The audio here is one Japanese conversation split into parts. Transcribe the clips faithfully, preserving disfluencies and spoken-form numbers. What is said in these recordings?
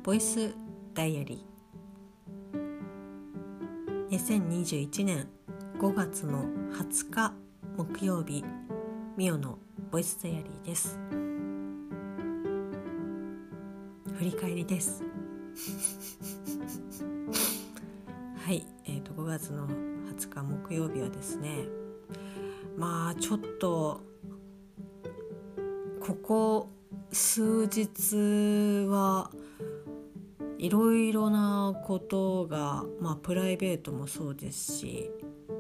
ボイスダイアリーにせんにじゅういちねんごがつのはつか木曜日、ミオのボイスダイアリーです。振り返りですはい、えーとごがつのはつか木曜日はですね、まあちょっとここ数日はいろいろなことが、まあプライベートもそうですし、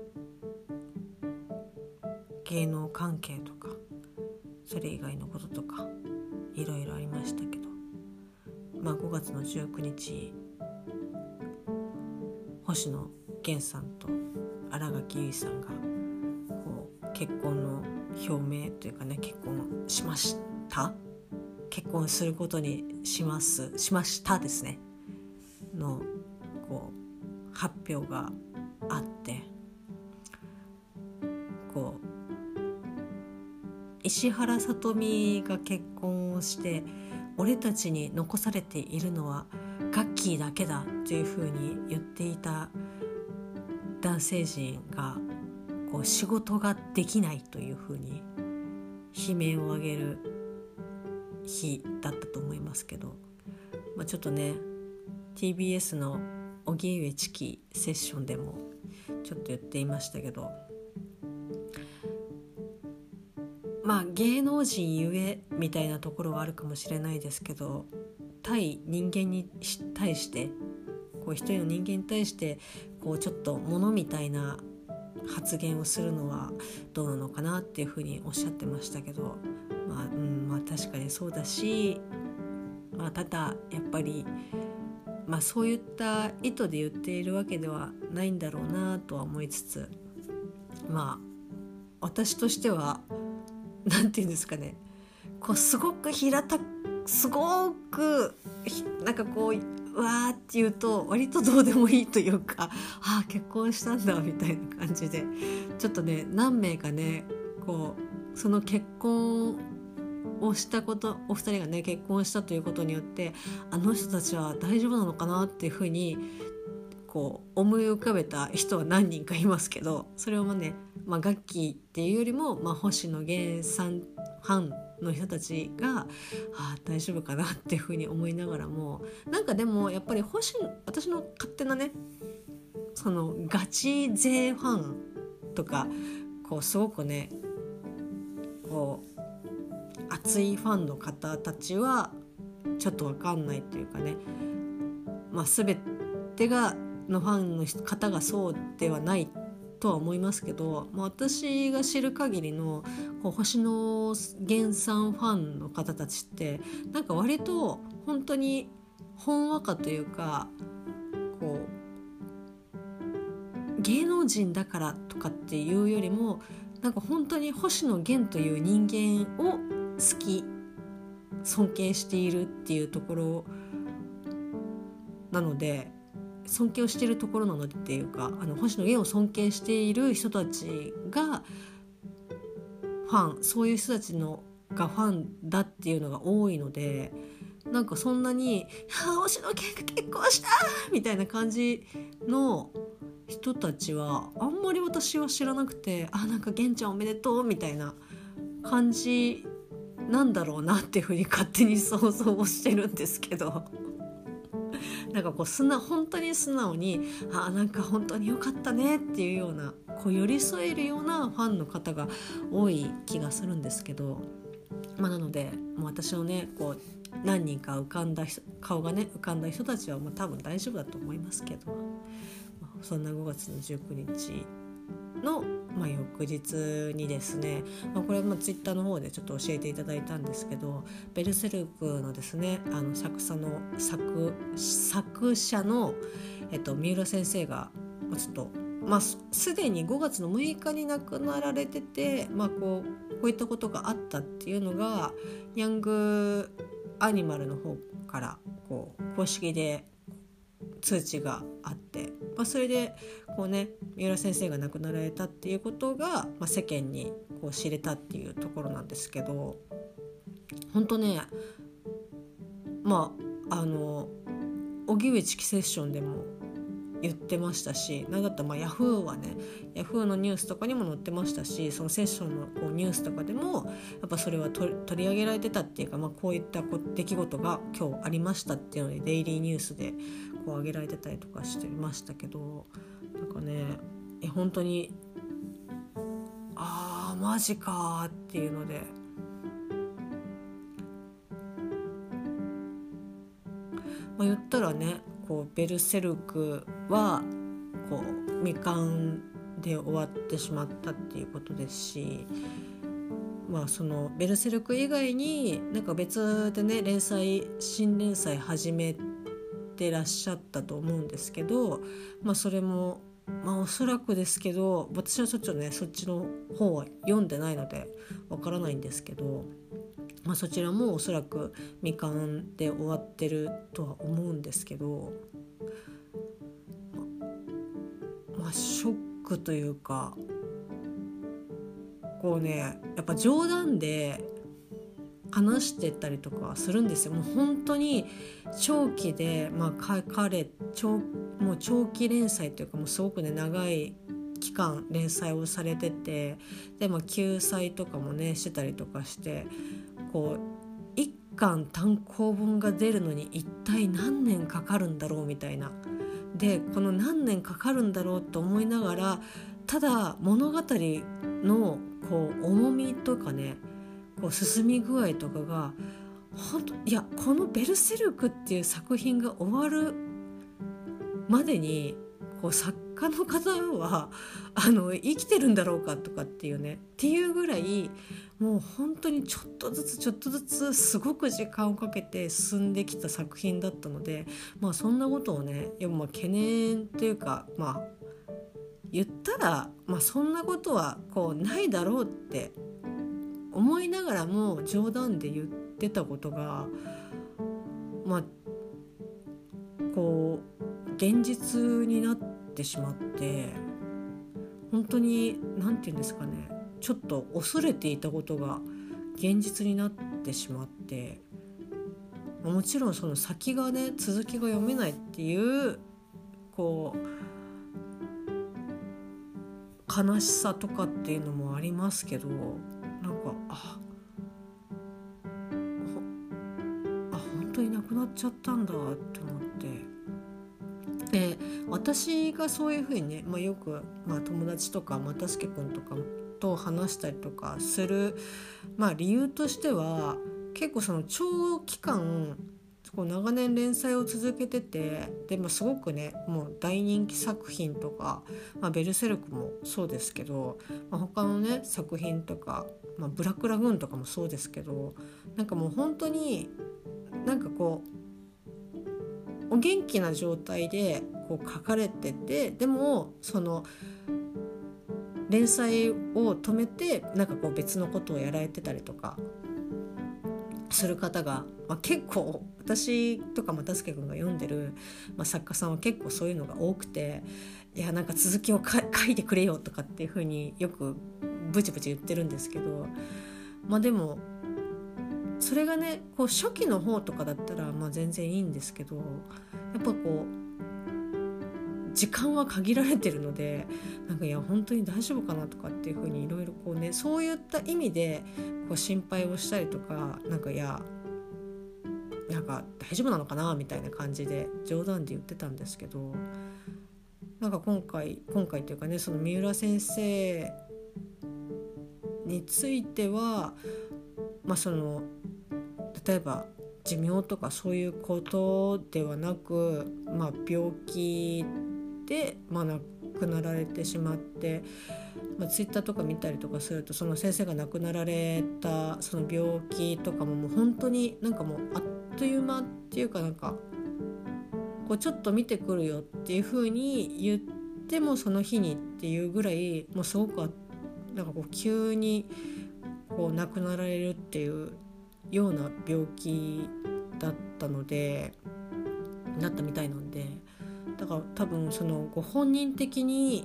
芸能関係とかそれ以外のこととかいろいろありましたけど、まあごがつのじゅうくにち、星野源さんと新垣結衣さんがこう結婚の表明というかね、結婚しました結婚することにしますしましたですねのこう発表があって、こう石原さとみが結婚をして、俺たちに残されているのはガッキーだけだというふうに言っていた男性陣がこう仕事ができないというふうに悲鳴を上げる日だったと思いますけど、まあ、ちょっとね ティービーエス の荻上チキセッションでもちょっと言っていましたけど、まあ芸能人ゆえみたいなところはあるかもしれないですけど、対人間に対してこう一人の人間に対してこうちょっと物みたいな発言をするのはどうなのかなっていうふうにおっしゃってましたけど、まあ、うん、まあ確かにそうだし、まあ、ただやっぱり、まあ、そういった意図で言っているわけではないんだろうなとは思いつつ、まあ私としてはなんていうんですかね、こうすごく平たすごくなんかこうわーって言うと割とどうでもいいというか、ああ結婚したんだみたいな感じで、ちょっとね何名かねこうその結婚をしたこと、お二人がね結婚したということによって、あの人たちは大丈夫なのかなっていうふうにこう思い浮かべた人は何人かいますけど、それをね、まあ、ガッキーっていうよりも、まあ、星野源さんファンの人たちがあ大丈夫かなっていうふうに思いながらも、なんかでもやっぱり星私の勝手なねそのガチ勢ファンとかこうすごくねこう熱いファンの方たちはちょっと分かんないというかね、まあ、全てがのファンの方がそうではないとは思いますけど、まあ、私が知る限りのこう星野源さんファンの方たちってなんか割と本当にほんわかというか、こう芸能人だからとかっていうよりもなんか本当に星野源という人間を好き尊敬しているっていうところなので、尊敬をしているところなのでっていうか、あの星野源を尊敬している人たちがファン、そういう人たちのがファンだっていうのが多いので、なんかそんなに星野源が結婚したみたいな感じの人たちはあんまり私は知らなくて、あなんか源ちゃんおめでとうみたいな感じなんだろうなっていうふうに勝手に想像をしてるんですけどなんかこう素直本当に素直にあなんか本当に良かったねっていうようなこう寄り添えるようなファンの方が多い気がするんですけど、まあ、なのでもう私のねこう何人か浮かんだ人顔がね浮かんだ人たちはもう多分大丈夫だと思いますけど、まあ、そんなごがつのじゅうくにちの、まあ、翌日にですね、まあ、これはツイッターの方でちょっと教えていただいたんですけど、ベルセルクのですねあの作者の 作, 作者の、えっと、三浦先生が、まあ、ちょっと、まあ、すでにごがつのむいかに亡くなられてて、まあ、こうこういったことがあったっていうのがヤングアニマルの方からこう公式で通知があって、まあ、それでこうね三浦先生が亡くなられたっていうことが、まあ、世間にこう知れたっていうところなんですけど、本当ねまああの荻上チキセッションでも言ってましたし、なんだったらまあヤフーはねヤフーのニュースとかにも載ってましたし、そのセッションのこうニュースとかでもやっぱそれはと取り上げられてたっていうか、まあ、こういったこ出来事が今日ありましたっていうのでデイリーニュースでこう上げられてたりとかしてましたけど、なんかねえ本当にあーマジかーっていうので、まあ、言ったらねこうベルセルクはこう未完で終わってしまったっていうことですし、まあそのベルセルク以外になんか別でね連載新連載始めてらっしゃったと思うんですけど、まあそれもまあおそらくですけど、私はちょっとねそっちの方は読んでないのでわからないんですけど、まあ、そちらもおそらく未完で終わってるとは思うんですけど、ま、まあショックというか、こうねやっぱ冗談で話してたりとかするんですよ。もう本当に長期で、まあ、彼長もう長期連載というかもうすごくね長い期間連載をされてて、で、まあ、救済とかもねしてたりとかして、こう一巻単行本が出るのに一体何年かかるんだろうみたいな、でこの何年かかるんだろうと思いながら、ただ物語のこう重みとかねこう進み具合とかが本当、いやこのベルセルクっていう作品が終わるまでにこう作家の方はあの生きてるんだろうかとかっていうねっていうぐらい、もう本当にちょっとずつちょっとずつすごく時間をかけて進んできた作品だったので、まあそんなことをねいやまあ懸念というか、まあ言ったら、まあ、そんなことはこうないだろうって思いながらも冗談で言ってたことが、まあこう現実になってしまって、本当になんて言うんですかね、ちょっと恐れていたことが現実になってしまって、もちろんその先がね続きが読めないっていうこう悲しさとかっていうのもありますけど、なんかああ本当になくなっちゃったんだって思って、で私がそういうふうにね、まあ、よく、まあ、友達とか又助君とかと話したりとかする、まあ、理由としては結構その長期間こう長年連載を続けてて、でもすごくねもう大人気作品とか、まあ、ベルセルクもそうですけど、まあ、他のね作品とか、まあ、ブラックラグーンとかもそうですけど、なんかもう本当になんかこうお元気な状態でこう書かれてて、でもその連載を止めてなんかこう別のことをやられてたりとかする方が、まあ、結構私とか又助君が読んでる、まあ、作家さんは結構そういうのが多くて、いやなんか続きをか書いてくれよとかっていう風によくブチブチ言ってるんですけど、まあでもそれがねこう初期の方とかだったらまあ全然いいんですけど、やっぱこう時間は限られてるので、なんかいや本当に大丈夫かなとかっていう風にいろいろこうねそういった意味でこう心配をしたりとか、なんかいやなんか大丈夫なのかなみたいな感じで冗談で言ってたんですけど、なんか今回今回というかねその三浦先生については、まあその例えば寿命とかそういうことではなく、まあ、病気で、まあ、亡くなられてしまって、まあ、ツイッターとか見たりとかするとその先生が亡くなられたその病気とかももう本当になんかもうあっという間っていうか、なんかこうちょっと見てくるよっていう風に言ってもその日にっていうぐらいもうすごくなんかこう急にこう亡くなられるっていうような病気だったのでなったみたいなんで、だから多分そのご本人的に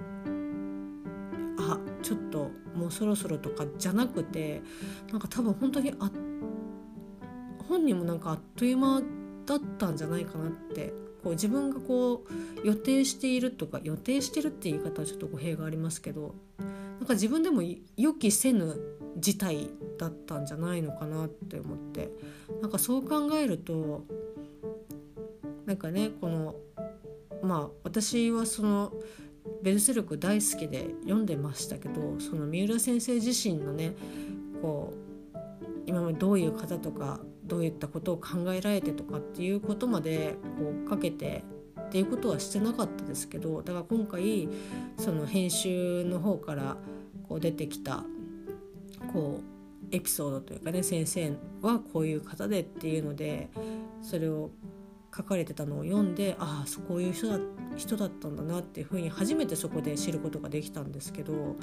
あちょっともうそろそろとかじゃなくて、なんか多分本当にあ本人もなんかあっという間だったんじゃないかなってこう自分がこう予定しているとか、予定してるって言い方はちょっと語弊がありますけど、なんか自分でも予期せぬ事態だったんじゃないのかなって思って、なんかそう考えるとなんかね、このまあ私はそのベルセルク大好きで読んでましたけど、その三浦先生自身のねこう今までどういう方とかどういったことを考えられてとかっていうことまでこうかけてっていうことはしてなかったですけど、だから今回その編集の方からこう出てきたこうエピソードというかね、先生はこういう方でっていうのでそれを書かれてたのを読んで、ああこういう人だ、人だったんだなっていうふうに初めてそこで知ることができたんですけど、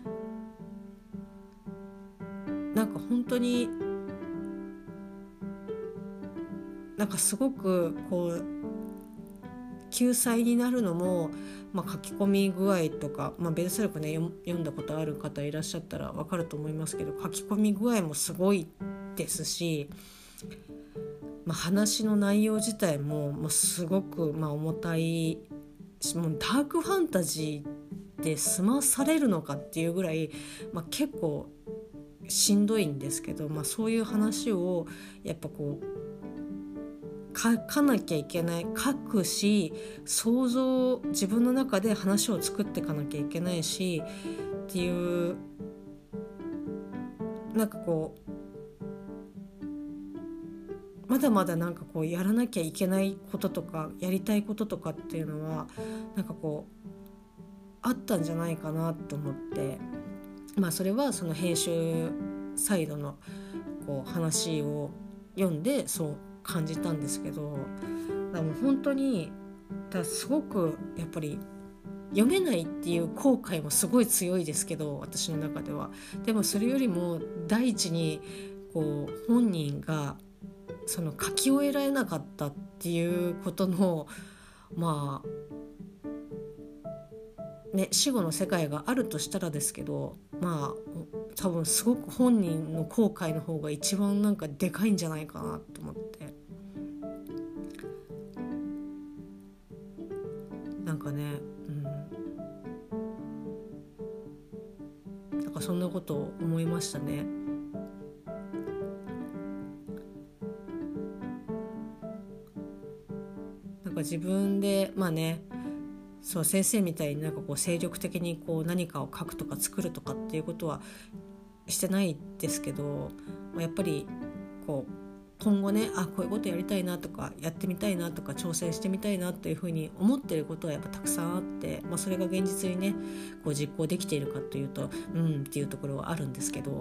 なんか本当になんかすごくこう救済になるのも、まあ、書き込み具合とか、まあ、ベルセルクね読んだことある方いらっしゃったら分かると思いますけど、書き込み具合もすごいですし、まあ、話の内容自体も、もうすごくまあ重たいし、もうダークファンタジーで済まされるのかっていうぐらい、まあ、結構しんどいんですけど、まあ、そういう話をやっぱこう書かなきゃいけない、書くし想像、自分の中で話を作っていかなきゃいけないしっていう、なんかこうまだまだなんかこうやらなきゃいけないこととかやりたいこととかっていうのはなんかこうあったんじゃないかなと思って、まあそれはその編集サイドのこう話を読んでそう感じたんですけど、だからもう本当にだすごくやっぱり読めないっていう後悔もすごい強いですけど、私の中では。でもそれよりも第一にこう本人がその書き終えられなかったっていうことのまあね、死後の世界があるとしたらですけど、まあ多分すごく本人の後悔の方が一番なんかでかいんじゃないかなと思って、なんかね、うん、なんかそんなことを思いましたね。なんか自分でまあね、そう先生みたいになんかこう精力的にこう何かを書くとか作るとかっていうことはしてないですけど、やっぱりこう今後ね、あこういうことやりたいなとかやってみたいなとか挑戦してみたいなっていうふうに思ってることはやっぱたくさんあって、まあ、それが現実にねこう実行できているかというとうんっていうところはあるんですけど、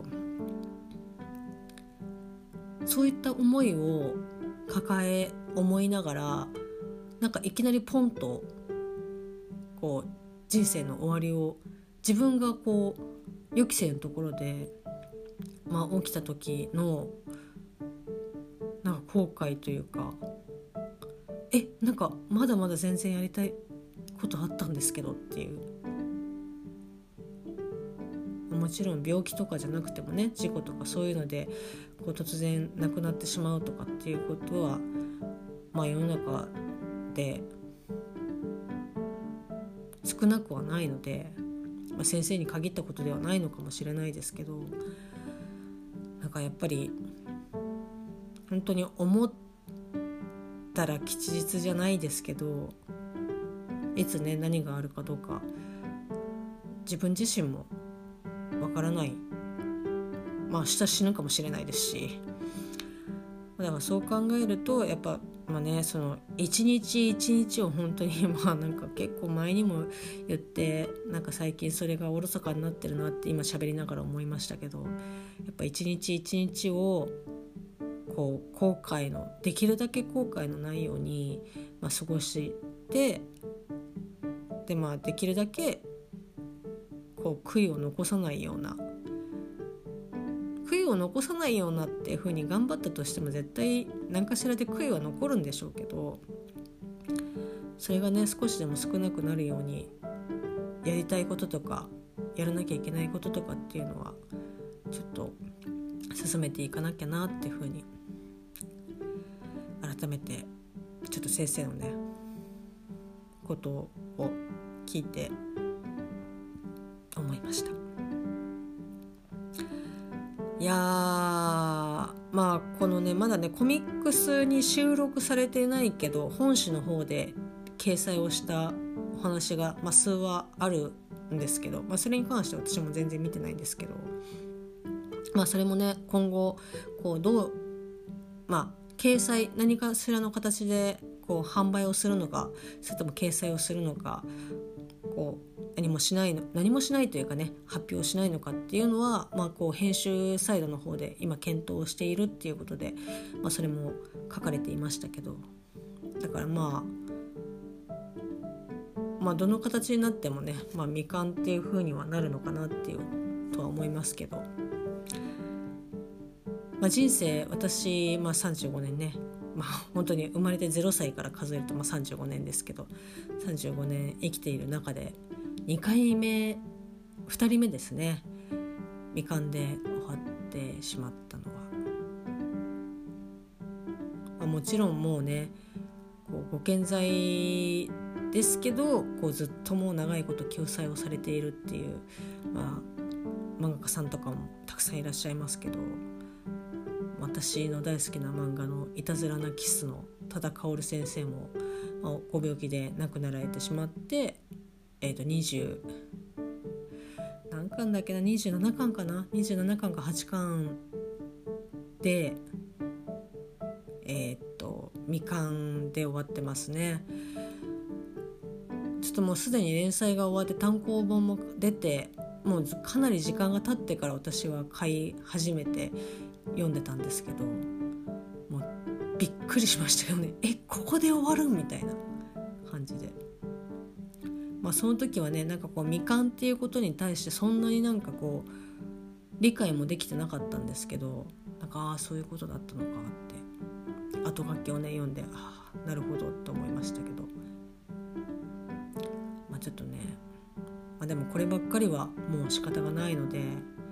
そういった思いを抱え思いながらなんかいきなりポンとこう人生の終わりを自分がこう予期せぬところで、まあ、起きた時のなんか後悔というか、えなんかまだまだ全然やりたいことあったんですけどっていう、もちろん病気とかじゃなくてもね、事故とかそういうのでこう突然亡くなってしまうとかっていうことは、まあ、世の中で少なくはないので、まあ、先生に限ったことではないのかもしれないですけど、なんかやっぱり本当に思ったら吉日じゃないですけど、いつね何があるかどうか自分自身もわからない、まあ明日死ぬかもしれないですし、だからそう考えるとやっぱまあね、その一日一日を本当にまあなんか結構前にも言って、なんか最近それがおろそかになってるなって今喋りながら思いましたけど、やっぱ一日一日をこう後悔のできるだけ後悔のないように、まあ、過ごしてで、まあ、できるだけこう悔いを残さないような悔いを残さないようなっていう風に頑張ったとしても絶対何かしらで悔いは残るんでしょうけど、それがね少しでも少なくなるようにやりたいこととかやらなきゃいけないこととかっていうのはちょっと進めていかなきゃなっていう風に改めてちょっと先生のねことを聞いて思いました。いやーまあこのねまだねコミックスに収録されていないけど本誌の方で掲載をしたお話が、まあ、数話あるんですけど、まあ、それに関しては私も全然見てないんですけど、まあそれもね今後こうどうまあ掲載何かしらの形でこう販売をするのかそれとも掲載をするのかこう何もしないの何もしないというかね発表しないのかっていうのは、まあ、こう編集サイドの方で今検討をしているっていうことで、まあ、それも書かれていましたけど、だからまあまあどの形になってもね、まあ、未完っていう風にはなるのかなっていうとは思いますけど、まあ、人生私、まあ、さんじゅうごねんね、まあ、本当に生まれてゼロさいから数えるとまあさんじゅうごねんですけどさんじゅうごねん生きている中でにかいめふたりめですね未完で終わってしまったのは、まあ、もちろんもうねこうご健在ですけどこうずっともう長いこと救済をされているっていう、まあ、漫画家さんとかもたくさんいらっしゃいますけど、私の大好きな漫画のいたずらなキスの多田薫先生も、まあ、ご病気で亡くなられてしまって、えーとにじゅう何巻だっけなにじゅうななかんかなにじゅうななかんかはちかんでえっ、ー、と未完で終わってますね。ちょっともうすでに連載が終わって単行本も出てもうかなり時間が経ってから私は買い始めて読んでたんですけど、もうびっくりしましたよね。えここで終わるみたいな感じで、まあその時はねなんかこう未完っていうことに対してそんなになんかこう理解もできてなかったんですけど、なんかああそういうことだったのかって後書きをね読んでああなるほどって思いましたけど、まあちょっとね、まあ、でもこればっかりはもう仕方がないので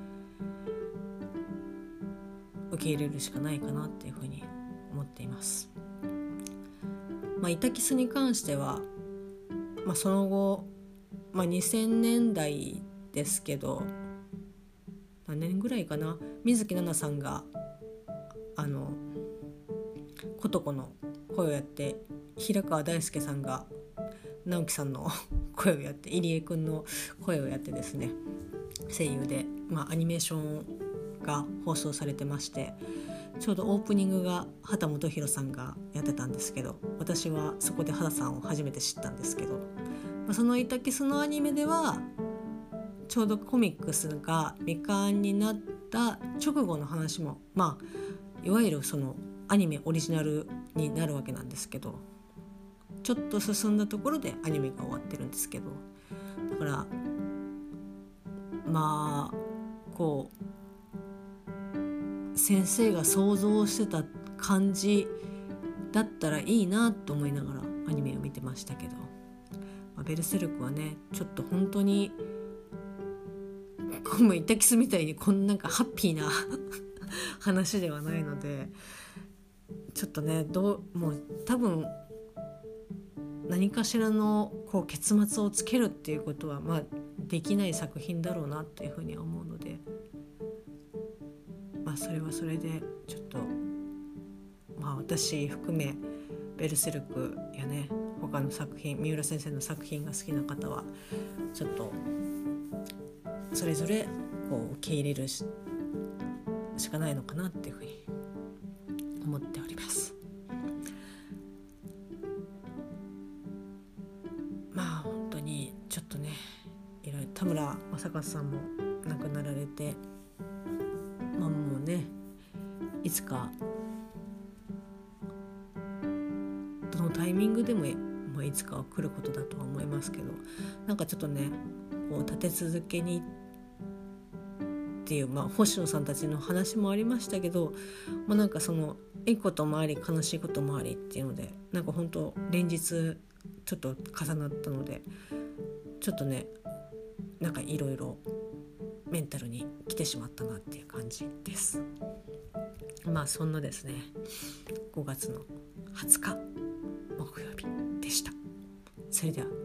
受け入れるしかないかなっていうふうに思っています。まあ、イタキスに関しては、まあ、その後、まあ、にせんねんだいですけど何年ぐらいかな水木奈々さんがあのことこの声をやって平川大輔さんが直樹さんの声をやって入江くんの声をやってですね声優で、まあ、アニメーションが放送されてまして、ちょうどオープニングが畑基博さんがやってたんですけど、私はそこで畑さんを初めて知ったんですけど、まあ、そのイタキスのアニメではちょうどコミックスが未完になった直後の話も、まあいわゆるそのアニメオリジナルになるわけなんですけど、ちょっと進んだところでアニメが終わってるんですけど、だからまあこう先生が想像してた感じだったらいいなと思いながらアニメを見てましたけど、まあ、ベルセルクはねちょっと本当にこのイタキスみたいにこんなんかハッピーな話ではないので、ちょっとねどうもう多分何かしらのこう結末をつけるっていうことはまあできない作品だろうなっていうふうには思うので、まあそれはそれでちょっとまあ私含めベルセルクやね他の作品三浦先生の作品が好きな方はちょっとそれぞれこう受け入れる し, しかないのかなっていうふうに思っております。まあ本当にちょっとねいろいろ田村正和さんも亡くなられて、まあもうねいつかどのタイミングでも、まあ、いつかは来ることだとは思いますけど、なんかちょっとねこう立て続けにっていう、まあ、星野さんたちの話もありましたけど、まあ、なんかそのいいこともあり悲しいこともありっていうのでなんか本当連日ちょっと重なったのでちょっとねなんかいろいろメンタルに来てしまったなっていう感じです。まあそんなですねごがつのはつか木曜日でした。それそれでは。